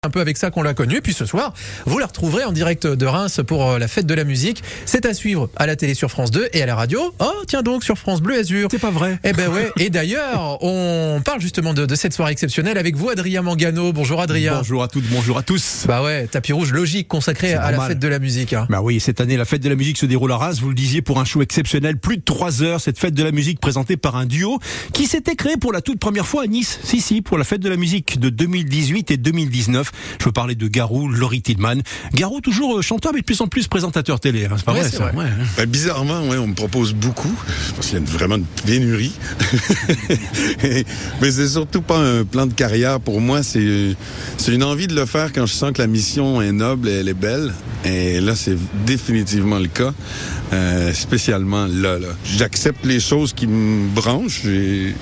Un peu avec ça qu'on l'a connu. Puis ce soir, vous la retrouverez en direct de Reims pour la fête de la musique. C'est à suivre à la télé sur France 2 et à la radio. Oh, tiens donc, sur France Bleu Azur. C'est pas vrai. Eh ben ouais. Et d'ailleurs, on parle justement de cette soirée exceptionnelle avec vous, Adrien Mangano. Bonjour Adrien. Bonjour à toutes, bonjour à tous. Bah ouais, tapis rouge logique consacré à la fête de la musique. Hein. Bah oui, cette année, la fête de la musique se déroule à Reims. Vous le disiez, pour un show exceptionnel, plus de 3 heures. Cette fête de la musique présentée par un duo qui s'était créé pour la toute première fois à Nice. Si, pour la fête de la musique de 2018 et 2019. Je veux parler de Garou, Laurie Tillman. Garou, toujours chanteur, mais de plus en plus présentateur télé. Hein. C'est pas vrai, c'est vrai. Ouais, hein. Ben, bizarrement, ouais, on me propose beaucoup. Je pense qu'il y a vraiment une pénurie. Mais c'est surtout pas un plan de carrière pour moi. C'est une envie de le faire quand je sens que la mission est noble et elle est belle. Et là, c'est définitivement le cas. Spécialement là. J'accepte les choses qui me branchent. J'ai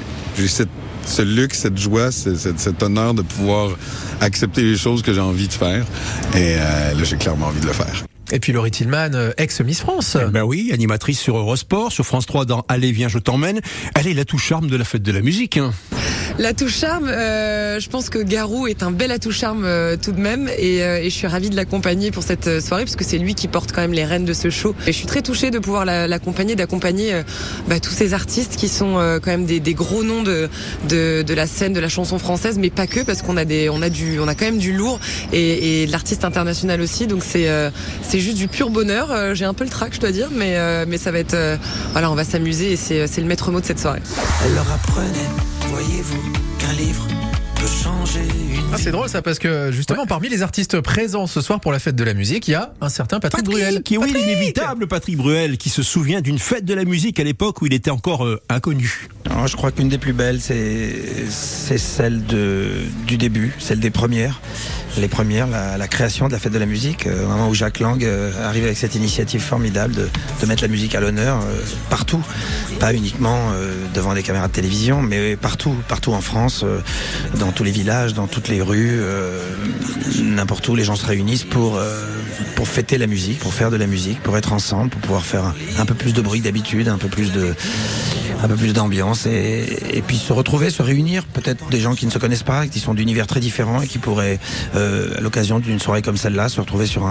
ce luxe, cette joie, cet honneur de pouvoir accepter les choses que j'ai envie de faire. Et là, j'ai clairement envie de le faire. Et puis Laurie Tillman, ex-Miss France. Ben oui, animatrice sur Eurosport, sur France 3 dans Allez, viens, je t'emmène. Elle est l'atout charme de la fête de la musique. Hein. L'atout charme, je pense que Garou est un bel atout charme tout de même et je suis ravie de l'accompagner pour cette soirée parce que c'est lui qui porte quand même les rênes de ce show. Et je suis très touchée de pouvoir l'accompagner, d'accompagner tous ces artistes qui sont quand même des gros noms de la scène de la chanson française, mais pas que, parce qu'on a quand même du lourd et de l'artiste international aussi. Donc c'est juste du pur bonheur. J'ai un peu le trac, je dois dire, mais ça va être voilà, on va s'amuser et c'est le maître mot de cette soirée. Elle leur apprenait, voyez-vous, qu'un livre peut changer une vie. C'est drôle ça, parce que justement parmi les artistes présents ce soir pour la fête de la musique, il y a un certain Patrick Bruel. Oui, l'inévitable Patrick Bruel, qui se souvient d'une fête de la musique à l'époque où il était encore inconnu. Alors, je crois qu'une des plus belles, c'est celle du début, celle des premières. Les premières, la création de la fête de la musique, au moment où Jacques Lang arrive avec cette initiative formidable de mettre la musique à l'honneur partout, pas uniquement devant des caméras de télévision, mais partout en France, dans tous les villages, dans toutes les rues, n'importe où les gens se réunissent pour fêter la musique, pour faire de la musique, pour être ensemble, pour pouvoir faire un peu plus de bruit d'habitude, un peu plus d'ambiance et puis se retrouver, se réunir, peut-être des gens qui ne se connaissent pas, qui sont d'univers très différents et qui pourraient à l'occasion d'une soirée comme celle-là se retrouver sur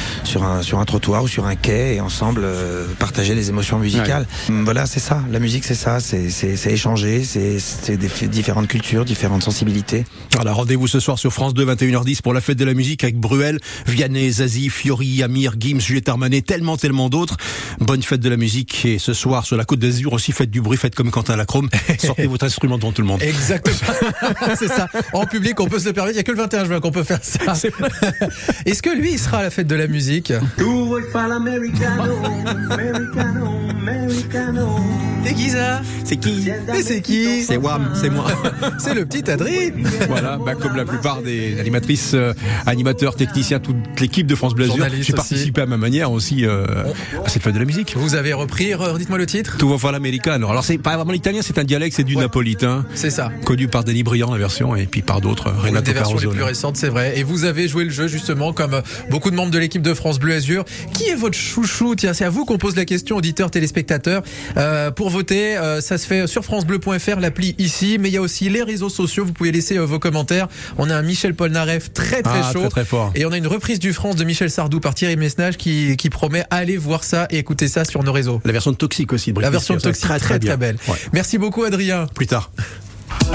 un trottoir ou sur un quai et ensemble partager des émotions musicales. Ouais. Voilà, c'est ça, la musique c'est ça, c'est échanger, c'est des différentes cultures, différentes sensibilités. Voilà, rendez-vous ce soir sur France 2, 21h10 pour la fête de la musique avec Bruel, Vianney, Zazie, Fiori, Amir, Gims, Juliette Armanet, tellement d'autres. Bonne fête de la musique et ce soir sur la Côte d'Azur aussi, faites du bruit, faites comme Quentin Lacrome, sortez votre instrument devant tout le monde. Exactement. C'est ça. En public, on peut se le permettre. Il n'y a que le 21 juin qu'on peut faire ça. Est-ce que lui, il sera à la fête de la musique? C'est qui ça? C'est qui? Et c'est qui? C'est Wham, c'est moi. C'est le petit Adrien. Voilà, comme la plupart des animatrices, animateurs, techniciens, toute l'équipe de France Bleu Azur. J'ai participé à ma manière aussi à cette fête de la musique. Vous avez repris, dites-moi le titre. Tu vas faire l'americano. Alors c'est pas vraiment l'italien, c'est un dialecte, c'est du napolitain. C'est ça. Connu par Denis Briand la version et puis par d'autres. Renato des versions Caruso, les plus récentes, c'est vrai. Et vous avez joué le jeu justement comme beaucoup de membres de l'équipe de France Bleu Azur. Qui est votre chouchou? Tiens, c'est à vous qu'on pose la question, auditeurs, téléspectateurs. Pour voter, ça se fait sur francebleu.fr, l'appli ici, mais il y a aussi les réseaux sociaux. Vous pouvez laisser vos commentaires. On a un Michel Polnareff très chaud. Très fort. Et on a une reprise du France de Michel Sardou par Thierry Messnage qui promet aller voir ça et écouter ça sur nos réseaux. La version toxique aussi. La version toxique très belle. Ouais. Merci beaucoup Adrien. Plus tard.